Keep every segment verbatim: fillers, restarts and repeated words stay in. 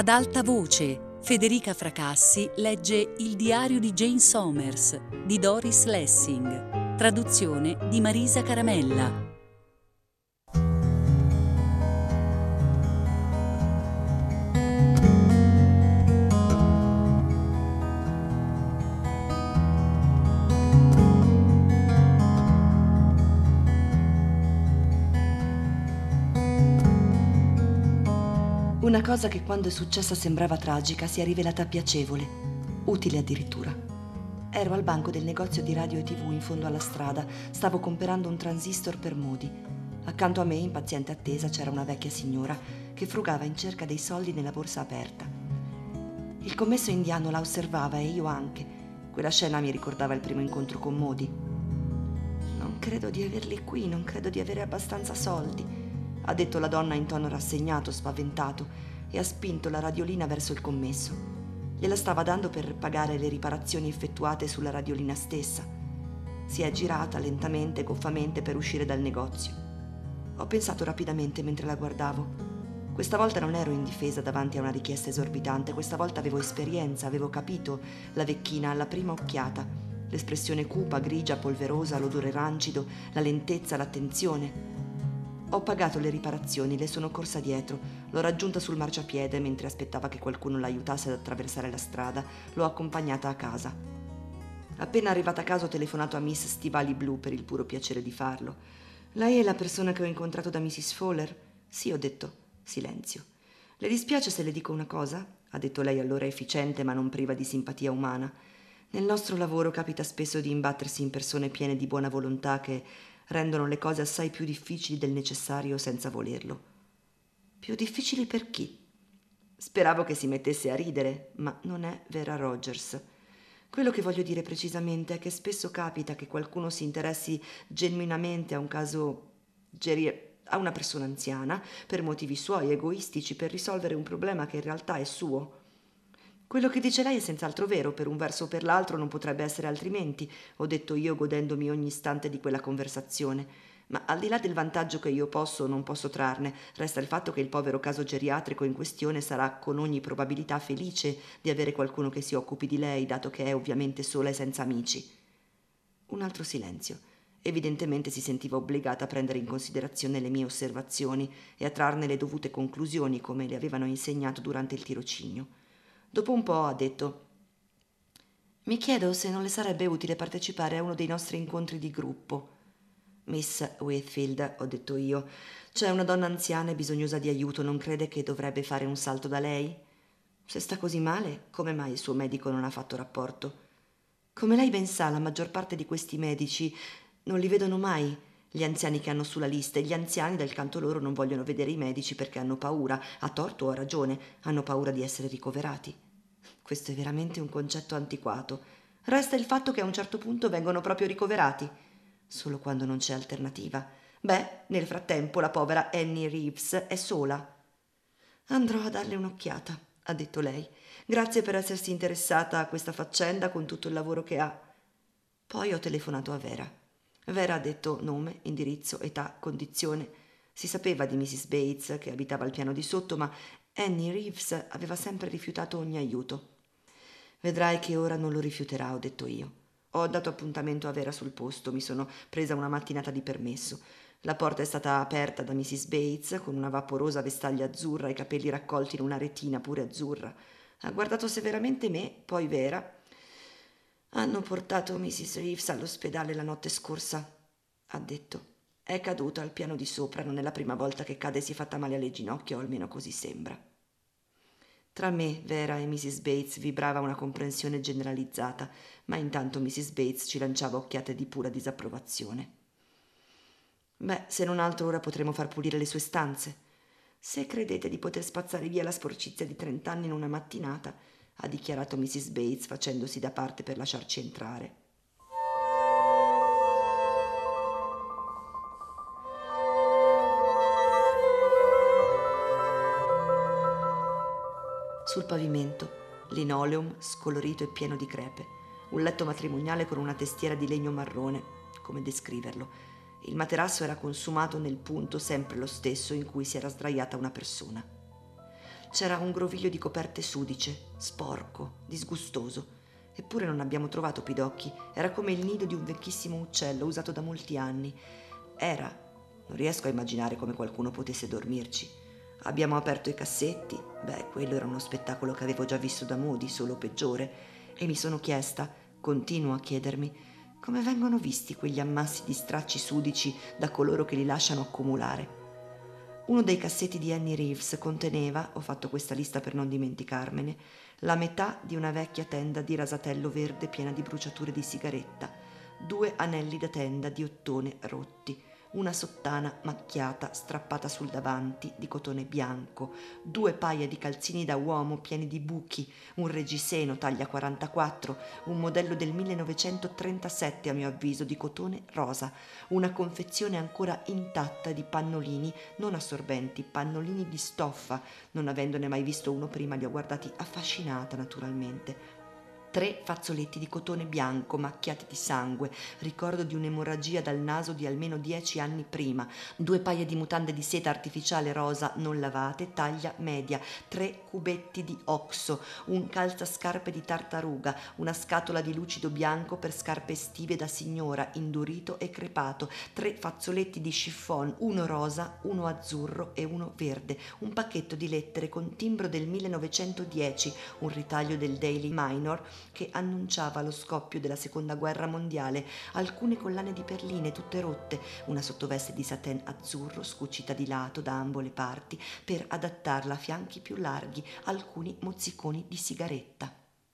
Ad alta voce, Federica Fracassi legge Il diario di Jane Somers di Doris Lessing, traduzione di Marisa Caramella. Una cosa che quando è successa sembrava tragica si è rivelata piacevole, utile addirittura. Ero al banco del negozio di radio e tivù in fondo alla strada, stavo comprando un transistor per Modi. Accanto a me, in paziente attesa, c'era una vecchia signora che frugava in cerca dei soldi nella borsa aperta. Il commesso indiano la osservava e io anche. Quella scena mi ricordava il primo incontro con Modi. «Non credo di averli qui, non credo di avere abbastanza soldi», ha detto la donna in tono rassegnato, spaventato, e ha spinto la radiolina verso il commesso. Gliela stava dando per pagare le riparazioni effettuate sulla radiolina stessa. Si è girata lentamente, goffamente, per uscire dal negozio. Ho pensato rapidamente mentre la guardavo. Questa volta non ero indifesa davanti a una richiesta esorbitante, questa volta avevo esperienza, avevo capito la vecchina alla prima occhiata. L'espressione cupa, grigia, polverosa, l'odore rancido, la lentezza, l'attenzione. Ho pagato le riparazioni, le sono corsa dietro, l'ho raggiunta sul marciapiede mentre aspettava che qualcuno l'aiutasse ad attraversare la strada, l'ho accompagnata a casa. Appena arrivata a casa ho telefonato a Miss Stivali Blu per il puro piacere di farlo. «Lei è la persona che ho incontrato da missus Fowler?» «Sì», ho detto. Silenzio. «Le dispiace se le dico una cosa?» ha detto lei allora, efficiente ma non priva di simpatia umana. «Nel nostro lavoro capita spesso di imbattersi in persone piene di buona volontà che rendono le cose assai più difficili del necessario senza volerlo». «Più difficili per chi?» Speravo che si mettesse a ridere, ma non è Vera Rogers. Quello che voglio dire precisamente è che spesso capita che qualcuno si interessi genuinamente a un caso geri- a una persona anziana per motivi suoi, egoistici, per risolvere un problema che in realtà è suo. «Quello che dice lei è senz'altro vero, per un verso o per l'altro non potrebbe essere altrimenti», ho detto io, godendomi ogni istante di quella conversazione. «Ma al di là del vantaggio che io posso o non posso trarne, resta il fatto che il povero caso geriatrico in questione sarà con ogni probabilità felice di avere qualcuno che si occupi di lei, dato che è ovviamente sola e senza amici». Un altro silenzio. Evidentemente si sentiva obbligata a prendere in considerazione le mie osservazioni e a trarne le dovute conclusioni, come le avevano insegnato durante il tirocinio. Dopo un po' ha detto: «Mi chiedo se non le sarebbe utile partecipare a uno dei nostri incontri di gruppo». «Miss Whitfield», ho detto io, «c'è una donna anziana e bisognosa di aiuto, non crede che dovrebbe fare un salto da lei? Se sta così male, come mai il suo medico non ha fatto rapporto? Come lei ben sa, la maggior parte di questi medici non li vedono mai, gli anziani che hanno sulla lista, e gli anziani dal canto loro non vogliono vedere i medici perché hanno paura, a torto o a ragione, hanno paura di essere ricoverati. Questo è veramente un concetto antiquato. Resta il fatto che a un certo punto vengono proprio ricoverati, solo quando non c'è alternativa. Beh, nel frattempo la povera Annie Reeves è sola». «Andrò a darle un'occhiata», ha detto lei. «Grazie per essersi interessata a questa faccenda con tutto il lavoro che ha». Poi ho telefonato a Vera. Vera ha detto nome, indirizzo, età, condizione. Si sapeva di missus Bates che abitava al piano di sotto, ma Annie Reeves aveva sempre rifiutato ogni aiuto. «Vedrai che ora non lo rifiuterà», ho detto io. Ho dato appuntamento a Vera sul posto, mi sono presa una mattinata di permesso. La porta è stata aperta da missus Bates con una vaporosa vestaglia azzurra e i capelli raccolti in una retina pure azzurra. Ha guardato severamente me, poi Vera. «Hanno portato missus Reeves all'ospedale la notte scorsa», ha detto. «È caduta al piano di sopra, non è la prima volta che cade e si è fatta male alle ginocchia, o almeno così sembra». Tra me, Vera e missus Bates vibrava una comprensione generalizzata, ma intanto missus Bates ci lanciava occhiate di pura disapprovazione. «Beh, se non altro ora potremo far pulire le sue stanze. Se credete di poter spazzare via la sporcizia di trent'anni in una mattinata», ha dichiarato missus Bates facendosi da parte per lasciarci entrare. Sul pavimento, linoleum scolorito e pieno di crepe, un letto matrimoniale con una testiera di legno marrone, come descriverlo. Il materasso era consumato nel punto sempre lo stesso in cui si era sdraiata una persona. C'era un groviglio di coperte sudice, sporco, disgustoso. Eppure non abbiamo trovato Pidocchi. Era come il nido di un vecchissimo uccello usato da molti anni. Era. Non riesco a immaginare come qualcuno potesse dormirci. Abbiamo aperto i cassetti. Beh, quello era uno spettacolo che avevo già visto da Modi, solo peggiore. E mi sono chiesta, continuo a chiedermi, come vengono visti quegli ammassi di stracci sudici da coloro che li lasciano accumulare. Uno dei cassetti di Annie Reeves conteneva, ho fatto questa lista per non dimenticarmene, la metà di una vecchia tenda di rasatello verde piena di bruciature di sigaretta, due anelli da tenda di ottone rotti, una sottana macchiata strappata sul davanti di cotone bianco, due paia di calzini da uomo pieni di buchi, un reggiseno taglia quarantaquattro, un modello del millenovecentotrentasette a mio avviso di cotone rosa, una confezione ancora intatta di pannolini non assorbenti, pannolini di stoffa, non avendone mai visto uno prima li ho guardati affascinata naturalmente. Tre fazzoletti di cotone bianco macchiati di sangue, ricordo di un'emorragia dal naso di almeno dieci anni prima, due paia di mutande di seta artificiale rosa non lavate, taglia media, tre cubetti di oxo, un calzascarpe di tartaruga, una scatola di lucido bianco per scarpe estive da signora, indurito e crepato, tre fazzoletti di chiffon, uno rosa, uno azzurro e uno verde, un pacchetto di lettere con timbro del millenovecentodieci, un ritaglio del Daily Minor che annunciava lo scoppio della seconda guerra mondiale, alcune collane di perline tutte rotte, una sottoveste di satin azzurro scucita di lato da ambo le parti per adattarla a fianchi più larghi, alcuni mozziconi di sigaretta.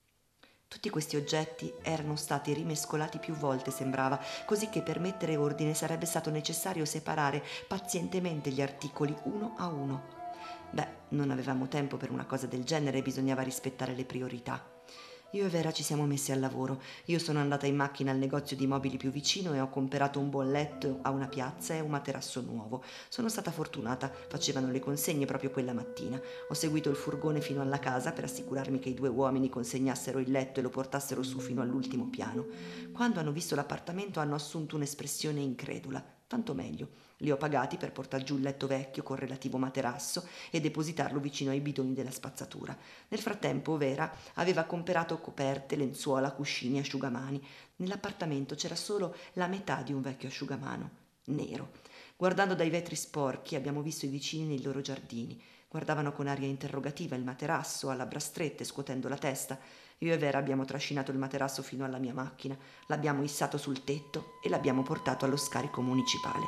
Tutti questi oggetti erano stati rimescolati più volte, sembrava, così che per mettere ordine sarebbe stato necessario separare pazientemente gli articoli uno a uno. Beh, non avevamo tempo per una cosa del genere, bisognava rispettare le priorità. Io e Vera ci siamo messi al lavoro. Io sono andata in macchina al negozio di mobili più vicino e ho comprato un buon letto a una piazza e un materasso nuovo. Sono stata fortunata, facevano le consegne proprio quella mattina. Ho seguito il furgone fino alla casa per assicurarmi che i due uomini consegnassero il letto e lo portassero su fino all'ultimo piano. Quando hanno visto l'appartamento hanno assunto un'espressione incredula. Tanto meglio. Li ho pagati per portar giù il letto vecchio col relativo materasso e depositarlo vicino ai bidoni della spazzatura. Nel frattempo Vera aveva comperato coperte, lenzuola, cuscini, asciugamani. Nell'appartamento c'era solo la metà di un vecchio asciugamano, nero. Guardando dai vetri sporchi abbiamo visto i vicini nei loro giardini. Guardavano con aria interrogativa il materasso, a labbra strette, scuotendo la testa. Io e Vera abbiamo trascinato il materasso fino alla mia macchina, l'abbiamo issato sul tetto e l'abbiamo portato allo scarico municipale.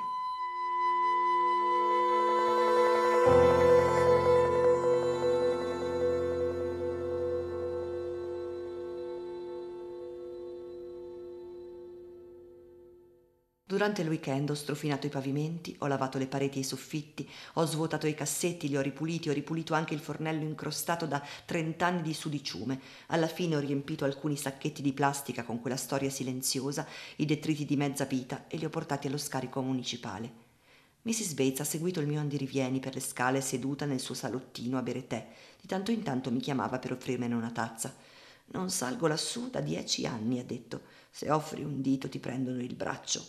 Durante il weekend ho strofinato i pavimenti, ho lavato le pareti e i soffitti, ho svuotato i cassetti, li ho ripuliti, ho ripulito anche il fornello incrostato da trent'anni di sudiciume. Alla fine ho riempito alcuni sacchetti di plastica con quella storia silenziosa, i detriti di mezza vita, e li ho portati allo scarico municipale. missis Bates ha seguito il mio andirivieni per le scale seduta nel suo salottino a bere tè. Di tanto in tanto mi chiamava per offrirmene una tazza. «Non salgo lassù da dieci anni», ha detto. «Se offri un dito ti prendono il braccio».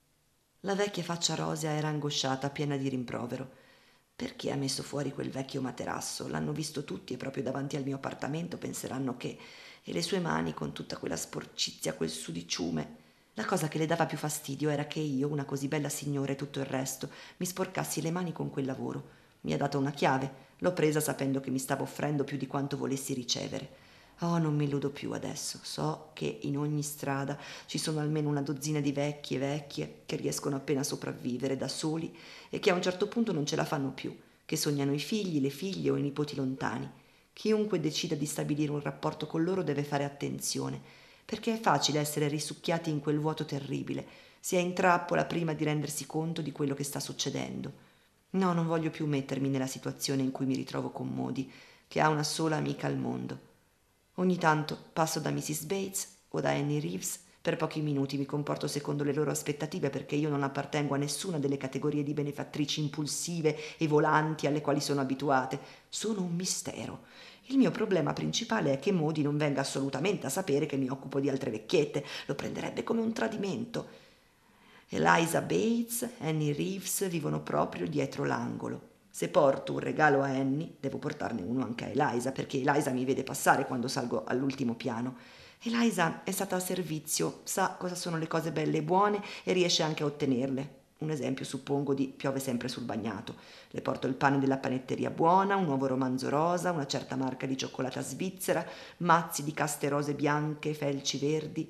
La vecchia faccia rosea era angosciata, piena di rimprovero. «Perché ha messo fuori quel vecchio materasso? L'hanno visto tutti e proprio davanti al mio appartamento penseranno che... E le sue mani con tutta quella sporcizia, quel sudiciume...» La cosa che le dava più fastidio era che io, una così bella signora e tutto il resto, mi sporcassi le mani con quel lavoro. Mi ha dato una chiave. L'ho presa sapendo che mi stava offrendo più di quanto volessi ricevere. Oh, non mi illudo più adesso. So che in ogni strada ci sono almeno una dozzina di vecchi e vecchie che riescono appena a sopravvivere da soli e che a un certo punto non ce la fanno più, che sognano i figli, le figlie o i nipoti lontani. Chiunque decida di stabilire un rapporto con loro deve fare attenzione, perché è facile essere risucchiati in quel vuoto terribile. Si è in trappola prima di rendersi conto di quello che sta succedendo. No, non voglio più mettermi nella situazione in cui mi ritrovo con Modi, che ha una sola amica al mondo. Ogni tanto passo da missis Bates o da Annie Reeves, per pochi minuti mi comporto secondo le loro aspettative perché io non appartengo a nessuna delle categorie di benefattrici impulsive e volanti alle quali sono abituate. Sono un mistero. Il mio problema principale è che Modi non venga assolutamente a sapere che mi occupo di altre vecchiette, lo prenderebbe come un tradimento. Eliza Bates e Annie Reeves vivono proprio dietro l'angolo. Se porto un regalo a Annie, devo portarne uno anche a Eliza, perché Eliza mi vede passare quando salgo all'ultimo piano. Eliza è stata a servizio, sa cosa sono le cose belle e buone e riesce anche a ottenerle. Un esempio, suppongo, di piove sempre sul bagnato. Le porto il pane della panetteria buona, un nuovo romanzo rosa, una certa marca di cioccolata svizzera, mazzi di caste rose bianche, felci verdi.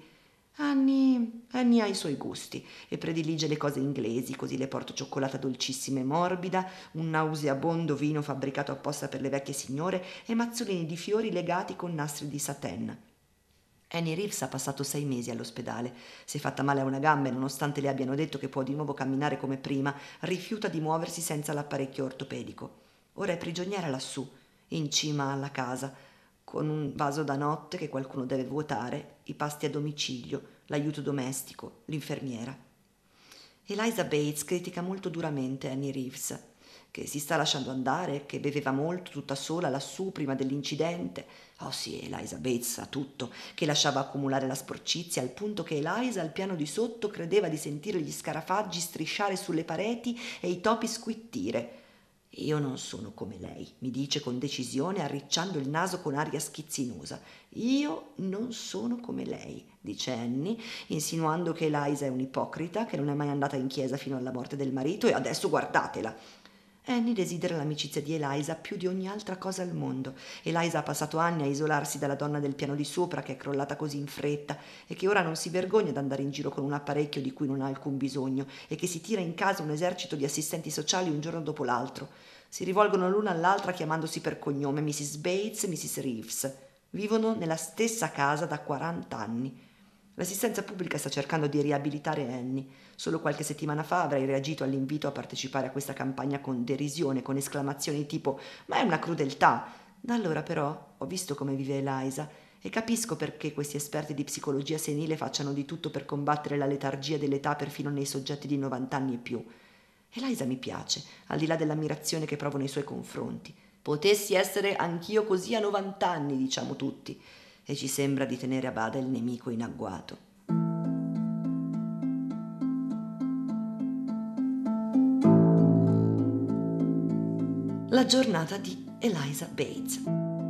Annie, Annie ha i suoi gusti e predilige le cose inglesi, così le porto cioccolata dolcissima e morbida, un nauseabondo vino fabbricato apposta per le vecchie signore e mazzolini di fiori legati con nastri di satin. Annie Reeves ha passato sei mesi all'ospedale. Si è fatta male a una gamba e, nonostante le abbiano detto che può di nuovo camminare come prima, rifiuta di muoversi senza l'apparecchio ortopedico. Ora è prigioniera lassù, in cima alla casa, con un vaso da notte che qualcuno deve vuotare, i pasti a domicilio, l'aiuto domestico, l'infermiera. Eliza Bates critica molto duramente Annie Reeves, che si sta lasciando andare, che beveva molto tutta sola lassù prima dell'incidente. Oh sì, Eliza Bates sa tutto, che lasciava accumulare la sporcizia al punto che Eliza al piano di sotto credeva di sentire gli scarafaggi strisciare sulle pareti e i topi squittire. Io non sono come lei, mi dice con decisione, arricciando il naso con aria schizzinosa. Io non sono come lei, dice Annie, insinuando che Eliza è un'ipocrita, che non è mai andata in chiesa fino alla morte del marito e adesso guardatela. Annie desidera l'amicizia di Eliza più di ogni altra cosa al mondo. Eliza ha passato anni a isolarsi dalla donna del piano di sopra, che è crollata così in fretta e che ora non si vergogna ad andare in giro con un apparecchio di cui non ha alcun bisogno e che si tira in casa un esercito di assistenti sociali un giorno dopo l'altro. Si rivolgono l'una all'altra chiamandosi per cognome missus Bates e missus Reeves. Vivono nella stessa casa da quaranta anni. L'assistenza pubblica sta cercando di riabilitare Annie. Solo qualche settimana fa avrei reagito all'invito a partecipare a questa campagna con derisione, con esclamazioni tipo «Ma è una crudeltà!». Da allora però ho visto come vive Eliza e capisco perché questi esperti di psicologia senile facciano di tutto per combattere la letargia dell'età perfino nei soggetti di novanta anni e più. Eliza mi piace, al di là dell'ammirazione che provo nei suoi confronti. Potessi essere anch'io così a novanta anni, diciamo tutti. E ci sembra di tenere a bada il nemico in agguato. La giornata di Eliza Bates.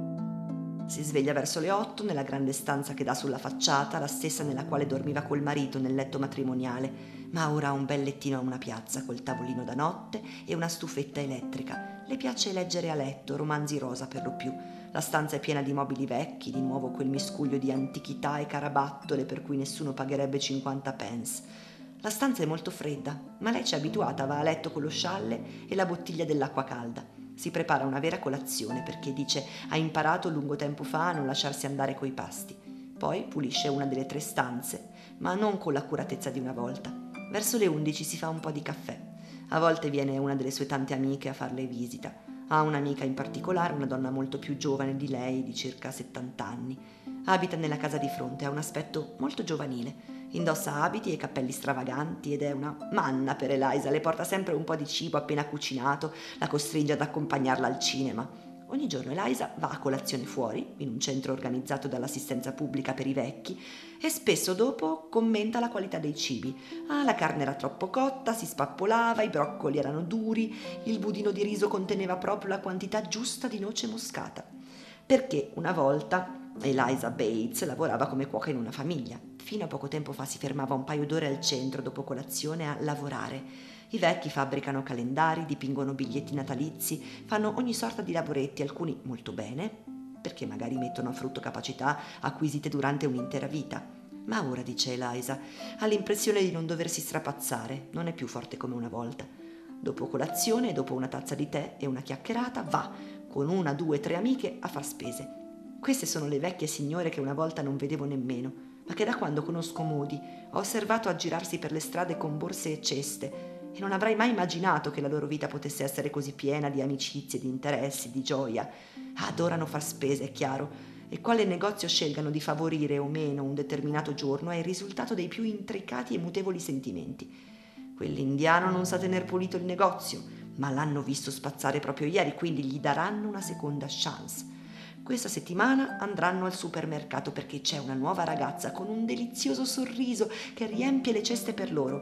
Si sveglia verso le otto nella grande stanza che dà sulla facciata, la stessa nella quale dormiva col marito nel letto matrimoniale, ma ora ha un bel lettino a una piazza col tavolino da notte e una stufetta elettrica. Le piace leggere a letto, romanzi rosa per lo più. La stanza è piena di mobili vecchi, di nuovo quel miscuglio di antichità e carabattole per cui nessuno pagherebbe cinquanta pence. La stanza è molto fredda, ma lei ci è abituata, va a letto con lo scialle e la bottiglia dell'acqua calda. Si prepara una vera colazione perché, dice, ha imparato lungo tempo fa a non lasciarsi andare coi pasti. Poi pulisce una delle tre stanze, ma non con l'accuratezza di una volta. Verso le undici si fa un po' di caffè. A volte viene una delle sue tante amiche a farle visita. Ha un'amica in particolare, una donna molto più giovane di lei, di circa settanta anni. Abita nella casa di fronte, ha un aspetto molto giovanile. Indossa abiti e cappelli stravaganti ed è una manna per Eliza. Le porta sempre un po' di cibo appena cucinato, la costringe ad accompagnarla al cinema. Ogni giorno Eliza va a colazione fuori, in un centro organizzato dall'assistenza pubblica per i vecchi, e spesso dopo commenta la qualità dei cibi. Ah, la carne era troppo cotta, si spappolava, i broccoli erano duri, il budino di riso conteneva proprio la quantità giusta di noce moscata. Perché una volta Eliza Bates lavorava come cuoca in una famiglia. Fino a poco tempo fa si fermava un paio d'ore al centro dopo colazione a lavorare. I vecchi fabbricano calendari, dipingono biglietti natalizi, fanno ogni sorta di lavoretti, alcuni molto bene, perché magari mettono a frutto capacità acquisite durante un'intera vita. Ma ora, dice Eliza, ha l'impressione di non doversi strapazzare, non è più forte come una volta. Dopo colazione, dopo una tazza di tè e una chiacchierata, va, con una, due, tre amiche, a far spese. Queste sono le vecchie signore che una volta non vedevo nemmeno, ma che da quando conosco Moody ho osservato aggirarsi per le strade con borse e ceste, e non avrei mai immaginato che la loro vita potesse essere così piena di amicizie, di interessi, di gioia. Adorano far spese, è chiaro, e quale negozio scelgano di favorire o meno un determinato giorno è il risultato dei più intricati e mutevoli sentimenti. Quell'indiano non sa tener pulito il negozio, ma l'hanno visto spazzare proprio ieri, quindi gli daranno una seconda chance. Questa settimana andranno al supermercato perché c'è una nuova ragazza con un delizioso sorriso che riempie le ceste per loro.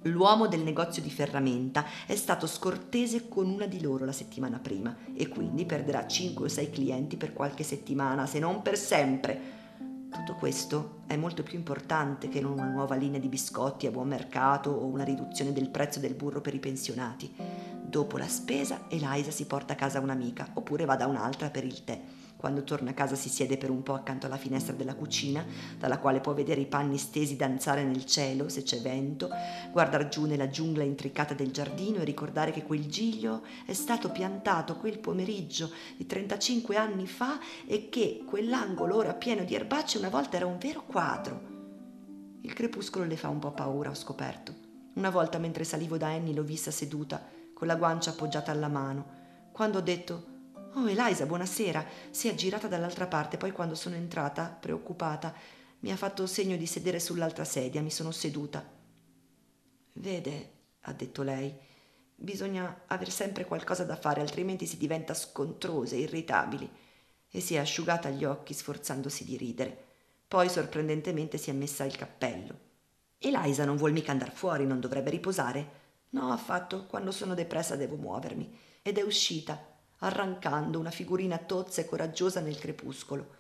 L'uomo del negozio di ferramenta è stato scortese con una di loro la settimana prima e quindi perderà cinque o sei clienti per qualche settimana, se non per sempre. Tutto questo è molto più importante che non una nuova linea di biscotti a buon mercato o una riduzione del prezzo del burro per i pensionati. Dopo la spesa, Eliza si porta a casa un'amica oppure va da un'altra per il tè. Quando torna a casa si siede per un po' accanto alla finestra della cucina, dalla quale può vedere i panni stesi danzare nel cielo se c'è vento, guardare giù nella giungla intricata del giardino e ricordare che quel giglio è stato piantato quel pomeriggio di trentacinque anni fa e che quell'angolo ora pieno di erbacce una volta era un vero quadro. Il crepuscolo le fa un po' paura, ho scoperto. Una volta mentre salivo da Annie l'ho vista seduta, con la guancia appoggiata alla mano. Quando ho detto «Oh, Eliza, buonasera», si è girata dall'altra parte, poi quando sono entrata, preoccupata, mi ha fatto segno di sedere sull'altra sedia, mi sono seduta. «Vede», ha detto lei, «bisogna aver sempre qualcosa da fare, altrimenti si diventa scontrose, irritabili». E si è asciugata gli occhi sforzandosi di ridere. Poi sorprendentemente si è messa il cappello. «Eliza non vuol mica andar fuori, non dovrebbe riposare?» «No, affatto, quando sono depressa devo muovermi». Ed è uscita, arrancando una figurina tozza e coraggiosa nel crepuscolo.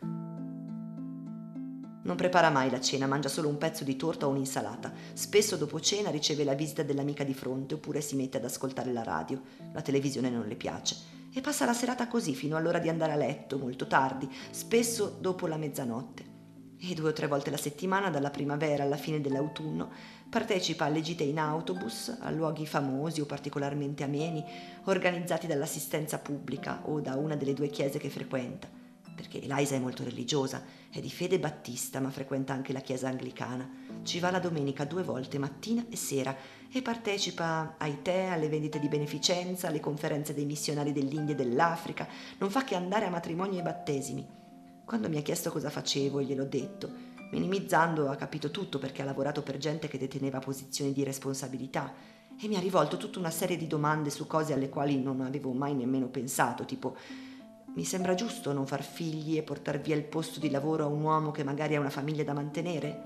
Non prepara mai la cena, mangia solo un pezzo di torta o un'insalata. Spesso dopo cena riceve la visita dell'amica di fronte oppure si mette ad ascoltare la radio. La televisione non le piace. E passa la serata così fino all'ora di andare a letto, molto tardi, spesso dopo la mezzanotte. E due o tre volte la settimana, dalla primavera alla fine dell'autunno, partecipa alle gite in autobus a luoghi famosi o particolarmente ameni, organizzati dall'assistenza pubblica o da una delle due chiese che frequenta, perché Eliza è molto religiosa, è di fede battista ma frequenta anche la chiesa anglicana. Ci va la domenica due volte, mattina e sera, e partecipa ai tè, alle vendite di beneficenza, alle conferenze dei missionari dell'India e dell'Africa, non fa che andare a matrimoni e battesimi. Quando mi ha chiesto cosa facevo, gliel'ho detto. Minimizzando, ha capito tutto perché ha lavorato per gente che deteneva posizioni di responsabilità e mi ha rivolto tutta una serie di domande su cose alle quali non avevo mai nemmeno pensato, tipo: mi sembra giusto non far figli e portar via il posto di lavoro a un uomo che magari ha una famiglia da mantenere?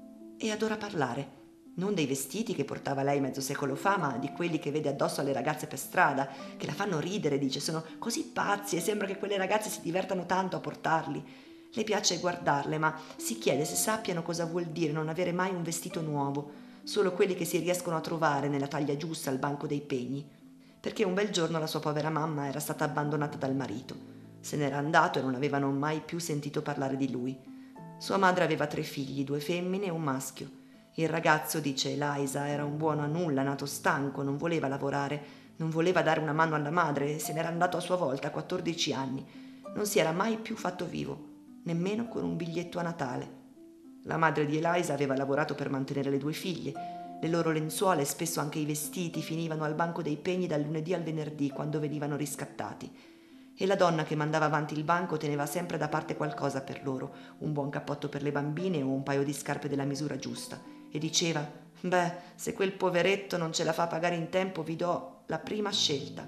E adora parlare. Non dei vestiti che portava lei mezzo secolo fa, ma di quelli che vede addosso alle ragazze per strada, che la fanno ridere, dice, sono così pazzi e sembra che quelle ragazze si divertano tanto a portarli. Le piace guardarle, ma si chiede se sappiano cosa vuol dire non avere mai un vestito nuovo, solo quelli che si riescono a trovare nella taglia giusta al banco dei pegni. Perché un bel giorno la sua povera mamma era stata abbandonata dal marito. Se n'era andato e non avevano mai più sentito parlare di lui. Sua madre aveva tre figli, due femmine e un maschio. Il ragazzo, dice Eliza, era un buono a nulla, nato stanco, non voleva lavorare, non voleva dare una mano alla madre e se n'era andato a sua volta a quattordici anni. Non si era mai più fatto vivo, nemmeno con un biglietto a Natale. La madre di Eliza aveva lavorato per mantenere le due figlie. Le loro lenzuola e spesso anche i vestiti finivano al banco dei pegni dal lunedì al venerdì, quando venivano riscattati. E la donna che mandava avanti il banco teneva sempre da parte qualcosa per loro, un buon cappotto per le bambine o un paio di scarpe della misura giusta. E diceva: beh, se quel poveretto non ce la fa pagare in tempo vi do la prima scelta.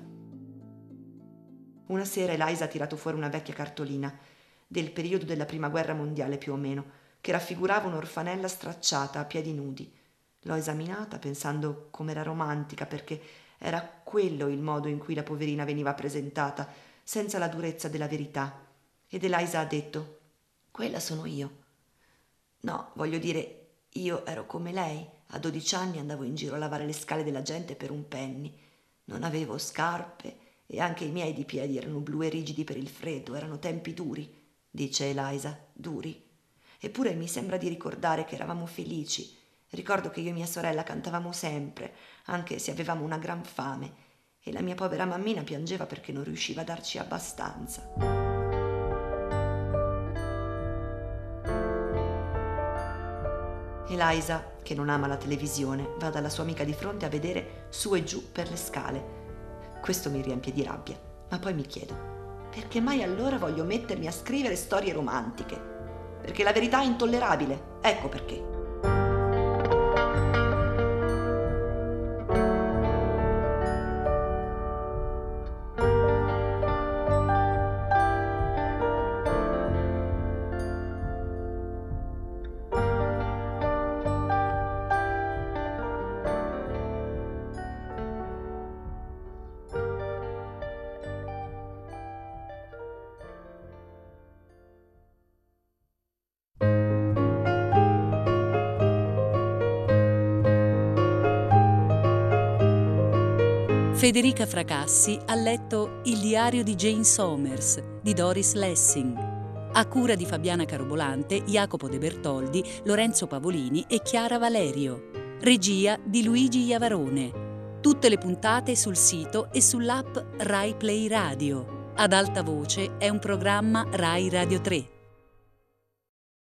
Una sera Eliza ha tirato fuori una vecchia cartolina del periodo della prima guerra mondiale più o meno, che raffigurava un'orfanella stracciata a piedi nudi. L'ho esaminata pensando com'era romantica, perché era quello il modo in cui la poverina veniva presentata, senza la durezza della verità. Ed Eliza ha detto: quella sono io. No, voglio dire, io ero come lei. A dodici anni andavo in giro a lavare le scale della gente per un penny. Non avevo scarpe e anche i miei di piedi erano blu e rigidi per il freddo. Erano tempi duri, dice Eliza, duri. Eppure mi sembra di ricordare che eravamo felici. Ricordo che io e mia sorella cantavamo sempre, anche se avevamo una gran fame, e la mia povera mammina piangeva perché non riusciva a darci abbastanza. Eliza, che non ama la televisione, va dalla sua amica di fronte a vedere Su e giù per le scale. Questo mi riempie di rabbia, ma poi mi chiedo: perché mai allora voglio mettermi a scrivere storie romantiche? Perché la verità è intollerabile, ecco perché. Federica Fracassi ha letto Il diario di Jane Somers di Doris Lessing, a cura di Fabiana Carobolante, Jacopo De Bertoldi, Lorenzo Pavolini e Chiara Valerio. Regia di Luigi Iavarone. Tutte le puntate sul sito e sull'app Rai Play Radio. Ad alta voce è un programma Rai Radio tre.